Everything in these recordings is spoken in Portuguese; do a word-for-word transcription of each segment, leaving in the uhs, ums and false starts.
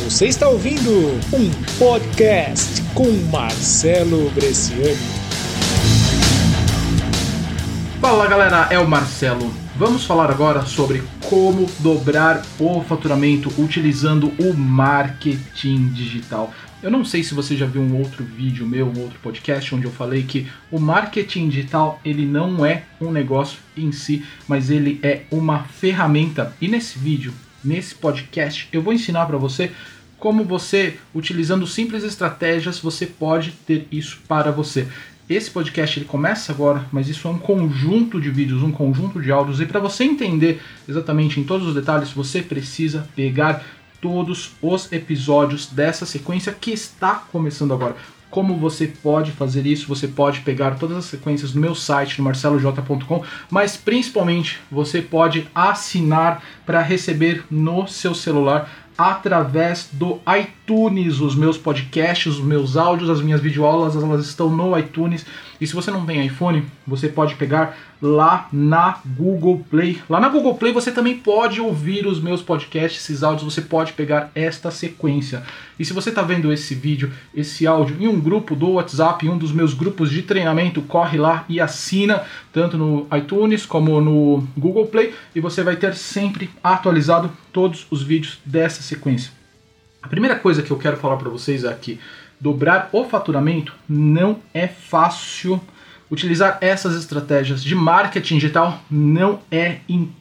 Você está ouvindo um podcast com Marcelo Bresciani. Fala galera, é o Marcelo. Vamos falar agora sobre como dobrar o faturamento utilizando o marketing digital. Eu não sei se você já viu um outro vídeo meu, um outro podcast, onde eu falei que o marketing digital ele não é um negócio em si, mas ele é uma ferramenta. E nesse vídeo, nesse podcast, eu vou ensinar para você como você, utilizando simples estratégias, você pode ter isso para você. Esse podcast ele começa agora, mas isso é um conjunto de vídeos, um conjunto de áudios, e para você entender exatamente em todos os detalhes, você precisa pegar todos os episódios dessa sequência que está começando agora. Como você pode fazer isso? Você pode pegar todas as sequências no meu site, no marcelo j ponto com, mas principalmente você pode assinar para receber no seu celular através do iTunes, os meus podcasts, os meus áudios, as minhas videoaulas, elas estão no iTunes. E se você não tem iPhone, você pode pegar lá na Google Play. Lá na Google Play você também pode ouvir os meus podcasts, esses áudios, você pode pegar esta sequência. E se você está vendo esse vídeo, esse áudio em um grupo do WhatsApp, em um dos meus grupos de treinamento, corre lá e assina, tanto no iTunes como no Google Play, e você vai ter sempre atualizado todos os vídeos dessa sequência. A primeira coisa que eu quero falar para vocês é que dobrar o faturamento não é fácil. Utilizar essas estratégias de marketing digital não é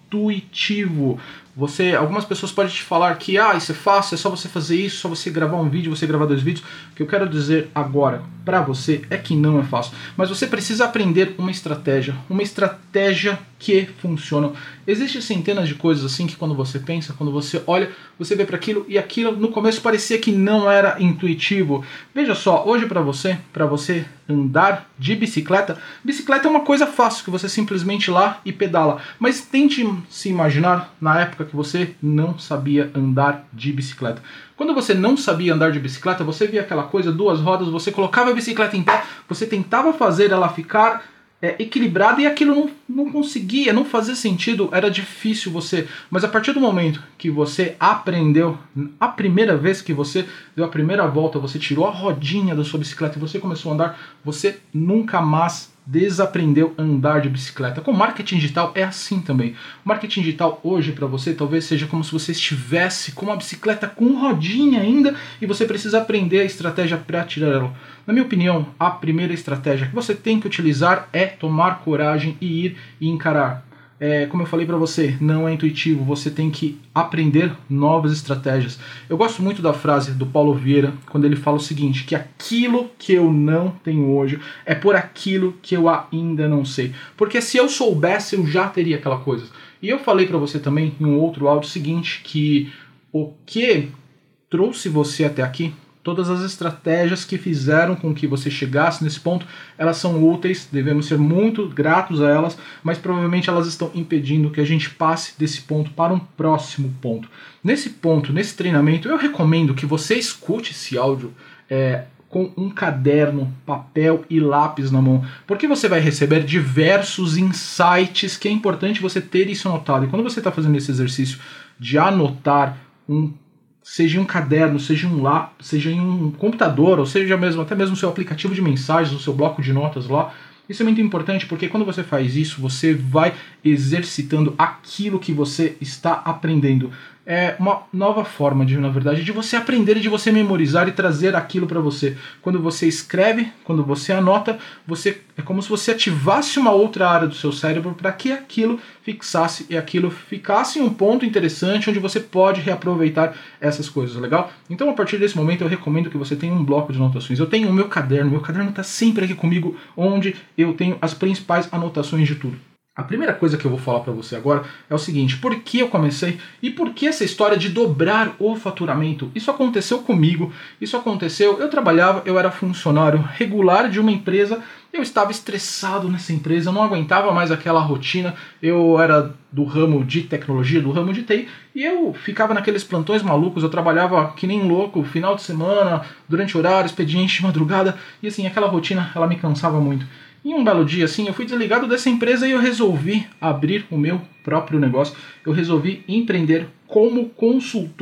intuitivo. Você, algumas pessoas podem te falar que ah, isso é fácil, é só você fazer isso, só você gravar um vídeo, você gravar dois vídeos. O que eu quero dizer agora para você é que não é fácil. Mas você precisa aprender uma estratégia, uma estratégia que funciona. Existem centenas de coisas assim que quando você pensa, quando você olha, você vê para aquilo e aquilo no começo parecia que não era intuitivo. Veja só, hoje para você, para você andar de bicicleta, bicicleta é uma coisa fácil, que você simplesmente ir lá e pedala. Mas tente se imaginar na época que você não sabia andar de bicicleta. Quando você não sabia andar de bicicleta, você via aquela coisa, duas rodas, você colocava a bicicleta em pé, você tentava fazer ela ficar é, equilibrada e aquilo não, não conseguia, não fazia sentido, era difícil você. Mas a partir do momento que você aprendeu, a primeira vez que você deu a primeira volta, você tirou a rodinha da sua bicicleta e você começou a andar, você nunca mais desaprendeu a andar de bicicleta. Com marketing digital é assim também. O marketing digital hoje para você talvez seja como se você estivesse com uma bicicleta com rodinha ainda e você precisa aprender a estratégia para tirar ela. Na minha opinião, a primeira estratégia que você tem que utilizar é tomar coragem e ir e encarar. É, como eu falei para você, não é intuitivo, você tem que aprender novas estratégias. Eu gosto muito da frase do Paulo Vieira, quando ele fala o seguinte, que aquilo que eu não tenho hoje é por aquilo que eu ainda não sei. Porque se eu soubesse, eu já teria aquela coisa. E eu falei para você também, em um outro áudio, o seguinte, que o que trouxe você até aqui, todas as estratégias que fizeram com que você chegasse nesse ponto, elas são úteis, devemos ser muito gratos a elas, mas provavelmente elas estão impedindo que a gente passe desse ponto para um próximo ponto. Nesse ponto, nesse treinamento, eu recomendo que você escute esse áudio é, com um caderno, papel e lápis na mão, porque você vai receber diversos insights que é importante você ter isso anotado. E quando você está fazendo esse exercício de anotar um seja em um caderno, seja em um lápis, seja em um computador, ou seja mesmo, até mesmo o seu aplicativo de mensagens, o seu bloco de notas lá. Isso é muito importante porque quando você faz isso, você vai exercitando aquilo que você está aprendendo. É uma nova forma, de, na verdade, de você aprender e de você memorizar e trazer aquilo para você. Quando você escreve, quando você anota, você é como se você ativasse uma outra área do seu cérebro para que aquilo fixasse e aquilo ficasse em um ponto interessante onde você pode reaproveitar essas coisas, legal? Então, a partir desse momento, eu recomendo que você tenha um bloco de anotações. Eu tenho o meu caderno, meu caderno está sempre aqui comigo, onde eu tenho as principais anotações de tudo. A primeira coisa que eu vou falar para você agora é o seguinte, por que eu comecei e por que essa história de dobrar o faturamento? Isso aconteceu comigo, isso aconteceu, eu trabalhava, eu era funcionário regular de uma empresa, eu estava estressado nessa empresa, eu não aguentava mais aquela rotina, eu era do ramo de tecnologia, do ramo de T I, e eu ficava naqueles plantões malucos, eu trabalhava que nem louco, final de semana, durante horário, expediente de madrugada, e assim, aquela rotina, ela me cansava muito. E um belo dia, assim, eu fui desligado dessa empresa e eu resolvi abrir o meu próprio negócio. Eu resolvi empreender como consultor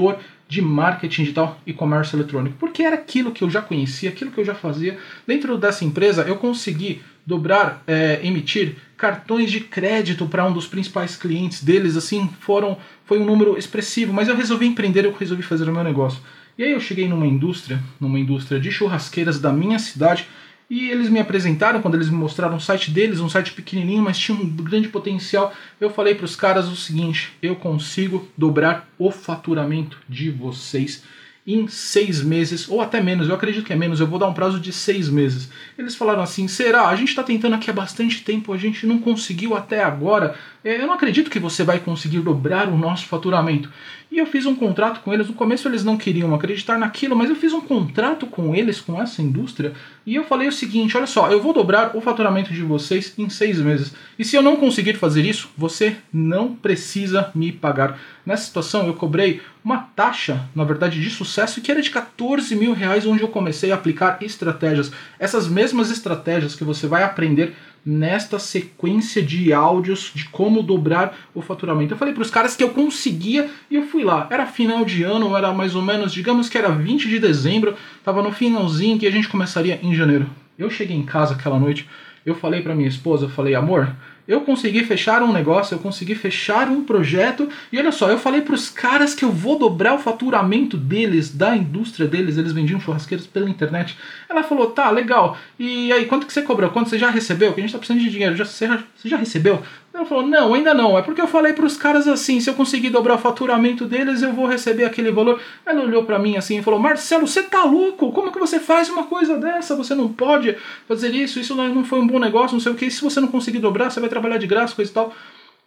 de marketing digital e comércio eletrônico, porque era aquilo que eu já conhecia, aquilo que eu já fazia. Dentro dessa empresa eu consegui dobrar, é, emitir cartões de crédito para um dos principais clientes deles, assim, foram, foi um número expressivo, mas eu resolvi empreender, eu resolvi fazer o meu negócio. E aí eu cheguei numa indústria, numa indústria de churrasqueiras da minha cidade, e eles me apresentaram, quando eles me mostraram o site deles, um site pequenininho, mas tinha um grande potencial. Eu falei para os caras o seguinte: eu consigo dobrar o faturamento de vocês em seis meses, ou até menos, eu acredito que é menos, eu vou dar um prazo de seis meses. Eles falaram assim: será? A gente está tentando aqui há bastante tempo, a gente não conseguiu até agora, eu não acredito que você vai conseguir dobrar o nosso faturamento. E eu fiz um contrato com eles, no começo eles não queriam acreditar naquilo, mas eu fiz um contrato com eles, com essa indústria, e eu falei o seguinte: olha só, eu vou dobrar o faturamento de vocês em seis meses, e se eu não conseguir fazer isso, você não precisa me pagar. Nessa situação eu cobrei uma taxa, na verdade de sucesso, que era de quatorze mil reais, onde eu comecei a aplicar estratégias, essas mesmas estratégias que você vai aprender nesta sequência de áudios de como dobrar o faturamento. Eu falei para os caras que eu conseguia e eu fui lá. Era final de ano, era mais ou menos, digamos que era vinte de dezembro, estava no finalzinho que a gente começaria em janeiro. Eu cheguei em casa aquela noite, eu falei para minha esposa, eu falei: amor, eu consegui fechar um negócio, eu consegui fechar um projeto, e olha só, eu falei para os caras que eu vou dobrar o faturamento deles, da indústria deles, eles vendiam churrasqueiros pela internet. Ela falou: tá, legal, e aí, quanto que você cobrou? Quanto você já recebeu? Que a gente tá precisando de dinheiro, já, você, já, você já recebeu? Ela falou: não, ainda não, é porque eu falei para os caras assim, se eu conseguir dobrar o faturamento deles, eu vou receber aquele valor. Ela olhou para mim assim e falou: Marcelo, você tá louco? Como que você faz uma coisa dessa? Você não pode fazer isso, isso não foi um bom negócio, não sei o que, se você não conseguir dobrar, você vai trabalhar de graça, coisa e tal.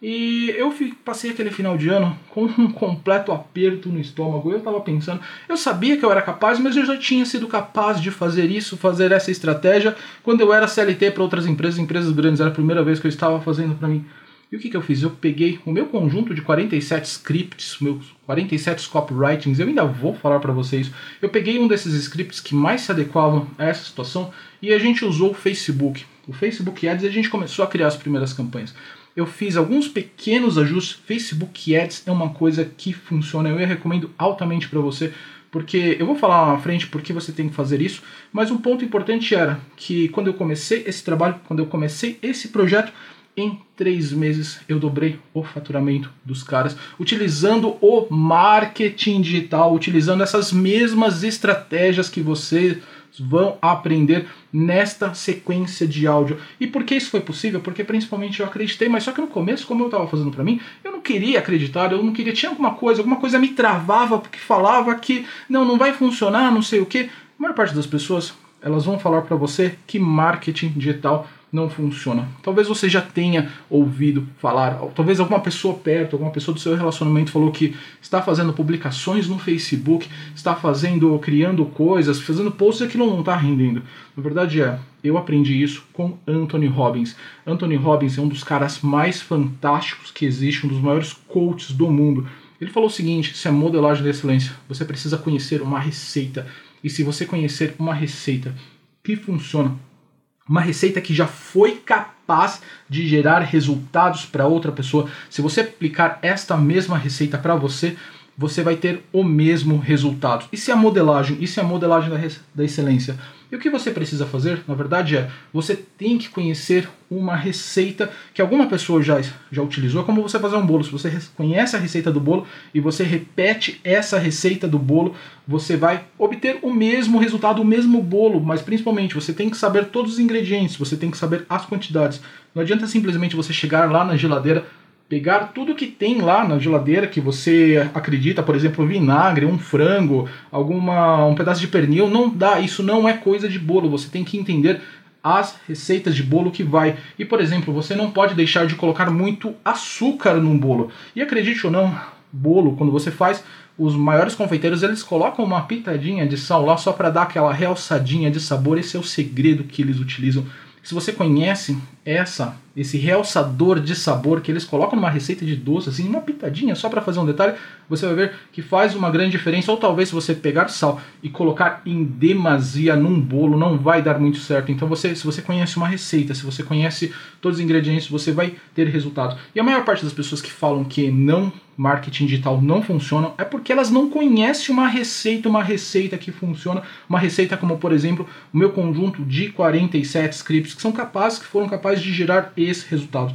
E eu fui, passei aquele final de ano com um completo aperto no estômago. Eu tava pensando, eu sabia que eu era capaz, mas eu já tinha sido capaz de fazer isso, fazer essa estratégia quando eu era C L T para outras empresas, empresas grandes. Era a primeira vez que eu estava fazendo para mim. E o que que eu fiz? Eu peguei o meu conjunto de quarenta e sete scripts, meus quarenta e sete copywritings, eu ainda vou falar para vocês. Eu peguei um desses scripts que mais se adequavam a essa situação e a gente usou o Facebook. O Facebook Ads, e a gente começou a criar as primeiras campanhas. Eu fiz alguns pequenos ajustes. Facebook Ads é uma coisa que funciona, eu recomendo altamente para você, porque eu vou falar lá na frente porque você tem que fazer isso, mas um ponto importante era que quando eu comecei esse trabalho, quando eu comecei esse projeto, em três meses eu dobrei o faturamento dos caras, utilizando o marketing digital, utilizando essas mesmas estratégias que vocês vão aprender nesta sequência de áudio. E por que isso foi possível? Porque principalmente eu acreditei, mas só que no começo, como eu estava fazendo para mim, eu não queria acreditar, eu não queria, tinha alguma coisa, alguma coisa me travava, porque falava que não, não vai funcionar, não sei o que. A maior parte das pessoas, elas vão falar para você que marketing digital não funciona. Talvez você já tenha ouvido falar, talvez alguma pessoa perto, alguma pessoa do seu relacionamento falou que está fazendo publicações no Facebook, está fazendo, criando coisas, fazendo posts e aquilo não está rendendo. Na verdade é, eu aprendi isso com Anthony Robbins. Anthony Robbins é um dos caras mais fantásticos que existe, um dos maiores coaches do mundo. Ele falou o seguinte: se é modelagem de excelência, você precisa conhecer uma receita. E se você conhecer uma receita que funciona, uma receita que já foi capaz de gerar resultados para outra pessoa, se você aplicar esta mesma receita para você, você vai ter o mesmo resultado. Isso é a modelagem, isso é a modelagem da, da excelência. E o que você precisa fazer, na verdade, é você tem que conhecer uma receita que alguma pessoa já, já utilizou. É como você fazer um bolo. Se você conhece a receita do bolo e você repete essa receita do bolo, você vai obter o mesmo resultado, o mesmo bolo, mas principalmente você tem que saber todos os ingredientes, você tem que saber as quantidades. Não adianta simplesmente você chegar lá na geladeira, pegar tudo que tem lá na geladeira que você acredita, por exemplo, vinagre, um frango, alguma, um pedaço de pernil, não dá, isso não é coisa de bolo, você tem que entender as receitas de bolo que vai. E, por exemplo, você não pode deixar de colocar muito açúcar num bolo. E acredite ou não, bolo, quando você faz, os maiores confeiteiros, eles colocam uma pitadinha de sal lá só para dar aquela realçadinha de sabor, esse é o segredo que eles utilizam. Se você conhece essa, esse realçador de sabor que eles colocam numa receita de doce, assim, uma pitadinha só para fazer um detalhe, você vai ver que faz uma grande diferença. Ou talvez se você pegar sal e colocar em demasia num bolo, não vai dar muito certo. Então você, se você conhece uma receita, se você conhece todos os ingredientes, você vai ter resultado. E a maior parte das pessoas que falam que não marketing digital não funciona é porque elas não conhecem uma receita, uma receita que funciona, uma receita como, por exemplo, o meu conjunto de quarenta e sete scripts que são capazes, que foram capazes de gerar esse resultado.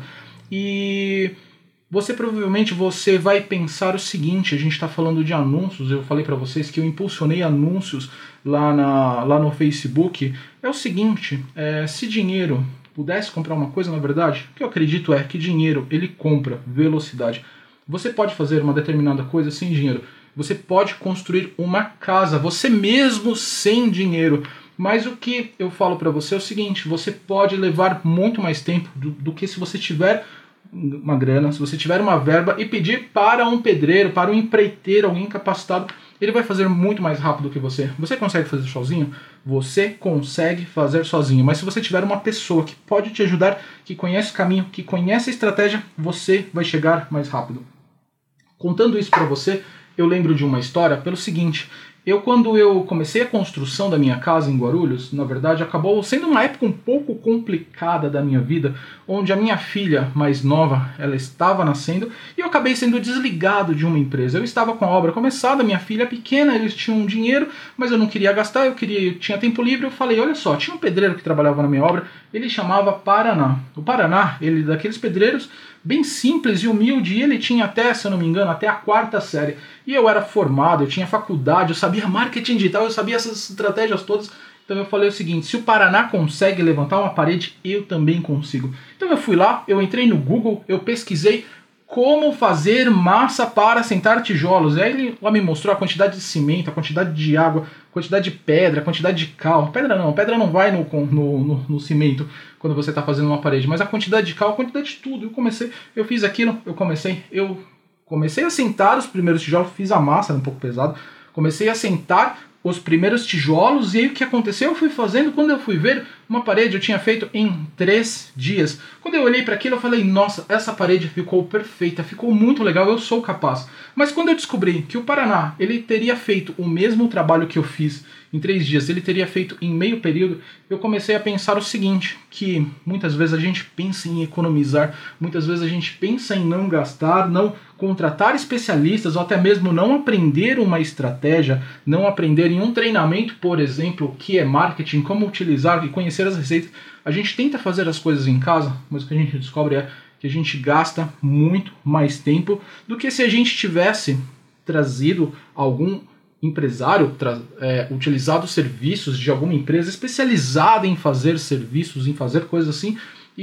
E você provavelmente você vai pensar o seguinte, a gente está falando de anúncios, eu falei para vocês que eu impulsionei anúncios lá, na, lá no Facebook. É o seguinte, é, se dinheiro pudesse comprar uma coisa, na verdade, o que eu acredito é que dinheiro ele compra velocidade. Você pode fazer uma determinada coisa sem dinheiro. Você pode construir uma casa, você mesmo sem dinheiro. Mas o que eu falo para você é o seguinte, você pode levar muito mais tempo do, do que se você tiver uma grana, se você tiver uma verba e pedir para um pedreiro, para um empreiteiro, alguém capacitado, ele vai fazer muito mais rápido que você. Você consegue fazer sozinho? Você consegue fazer sozinho. Mas se você tiver uma pessoa que pode te ajudar, que conhece o caminho, que conhece a estratégia, você vai chegar mais rápido. Contando isso para você, eu lembro de uma história pelo seguinte, eu quando eu comecei a construção da minha casa em Guarulhos, na verdade acabou sendo uma época um pouco complicada da minha vida, onde a minha filha mais nova, ela estava nascendo e eu acabei sendo desligado de uma empresa. Eu estava com a obra começada, minha filha é pequena, eles tinham dinheiro, mas eu não queria gastar, eu queria, eu tinha tempo livre, eu falei, olha só, tinha um pedreiro que trabalhava na minha obra, ele chamava Paraná. O Paraná, ele daqueles pedreiros bem simples e humilde, e ele tinha até, se eu não me engano, até a quarta série. E eu era formado, eu tinha faculdade, eu sabia marketing digital, eu sabia essas estratégias todas. Então eu falei o seguinte, se o Paraná consegue levantar uma parede, eu também consigo. Então eu fui lá, eu entrei no Google, eu pesquisei como fazer massa para assentar tijolos. E aí ele lá me mostrou a quantidade de cimento, a quantidade de água, a quantidade de pedra, a quantidade de cal. Pedra não, pedra não vai no, no, no, no cimento quando você está fazendo uma parede, mas a quantidade de cal, a quantidade de tudo. Eu comecei, eu fiz aquilo, eu comecei, eu comecei a assentar os primeiros tijolos, fiz a massa, era um pouco pesado, comecei a assentar os primeiros tijolos, e aí o que aconteceu? Eu fui fazendo, quando eu fui ver, uma parede eu tinha feito em três dias. Quando eu olhei para aquilo, eu falei, nossa, essa parede ficou perfeita, ficou muito legal, eu sou capaz. Mas quando eu descobri que o Paraná, ele teria feito o mesmo trabalho que eu fiz em três dias, ele teria feito em meio período, eu comecei a pensar o seguinte, que muitas vezes a gente pensa em economizar, muitas vezes a gente pensa em não gastar, não contratar especialistas, ou até mesmo não aprender uma estratégia, não aprender em um treinamento, por exemplo, que é marketing, como utilizar e conhecer as receitas. A gente tenta fazer as coisas em casa, mas o que a gente descobre é que a gente gasta muito mais tempo do que se a gente tivesse trazido algum empresário, tra- é, utilizado serviços de alguma empresa especializada em fazer serviços, em fazer coisas assim.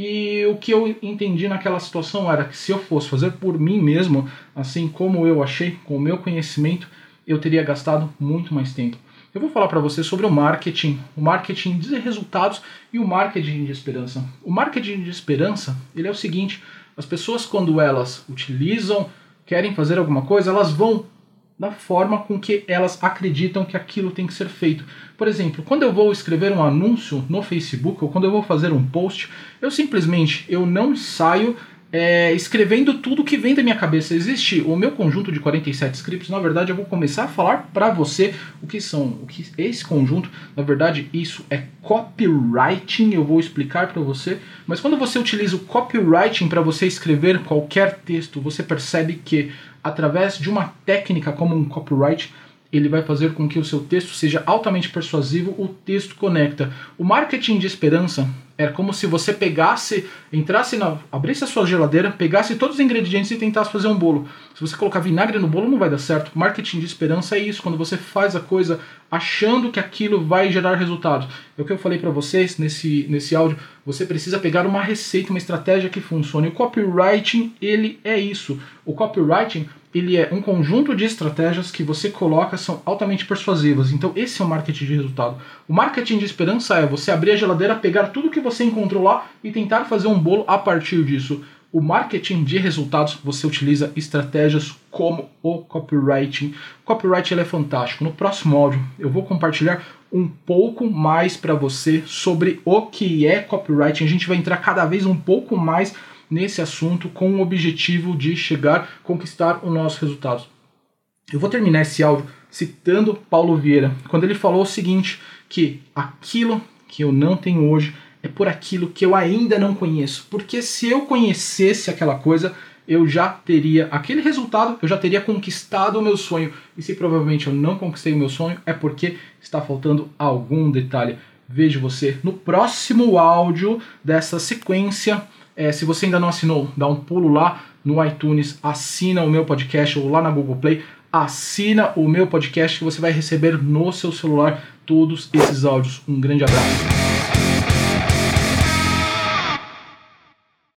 E o que eu entendi naquela situação era que se eu fosse fazer por mim mesmo, assim como eu achei, com o meu conhecimento, eu teria gastado muito mais tempo. Eu vou falar para você sobre o marketing, o marketing de resultados e o marketing de esperança. O marketing de esperança, ele é o seguinte, as pessoas quando elas utilizam, querem fazer alguma coisa, elas vão da forma com que elas acreditam que aquilo tem que ser feito. Por exemplo, quando eu vou escrever um anúncio no Facebook ou quando eu vou fazer um post, eu simplesmente eu não saio é, escrevendo tudo que vem da minha cabeça. Existe o meu conjunto de quarenta e sete scripts, na verdade eu vou começar a falar para você o que são, o que é esse conjunto. Na verdade isso é copywriting, eu vou explicar para você, mas quando você utiliza o copywriting para você escrever qualquer texto, você percebe que através de uma técnica como um copyright, ele vai fazer com que o seu texto seja altamente persuasivo, o texto conecta. O marketing de esperança é como se você pegasse, entrasse na, abrisse a sua geladeira, pegasse todos os ingredientes e tentasse fazer um bolo. Se você colocar vinagre no bolo, não vai dar certo. Marketing de esperança é isso, quando você faz a coisa achando que aquilo vai gerar resultados. É o que eu falei para vocês nesse, nesse áudio, você precisa pegar uma receita, uma estratégia que funcione. O copywriting, ele é isso. O copywriting, ele é um conjunto de estratégias que você coloca, são altamente persuasivas. Então esse é o marketing de resultado. O marketing de esperança é você abrir a geladeira, pegar tudo que você encontrou lá e tentar fazer um bolo a partir disso. o marketing de resultados, você utiliza estratégias como o copywriting. O copywriting ele é fantástico. No próximo áudio eu vou compartilhar um pouco mais para você sobre o que é copywriting. A gente vai entrar cada vez um pouco mais nesse assunto com o objetivo de chegar, conquistar os nossos resultados. Eu vou terminar esse áudio citando Paulo Vieira, quando ele falou o seguinte, que aquilo que eu não tenho hoje é por aquilo que eu ainda não conheço. Porque se eu conhecesse aquela coisa, eu já teria aquele resultado, eu já teria conquistado o meu sonho. E se provavelmente eu não conquistei o meu sonho, é porque está faltando algum detalhe. Vejo você no próximo áudio dessa sequência. É, se você ainda não assinou, dá um pulo lá no iTunes, assina o meu podcast ou lá na Google Play, assina o meu podcast que você vai receber no seu celular todos esses áudios. Um grande abraço.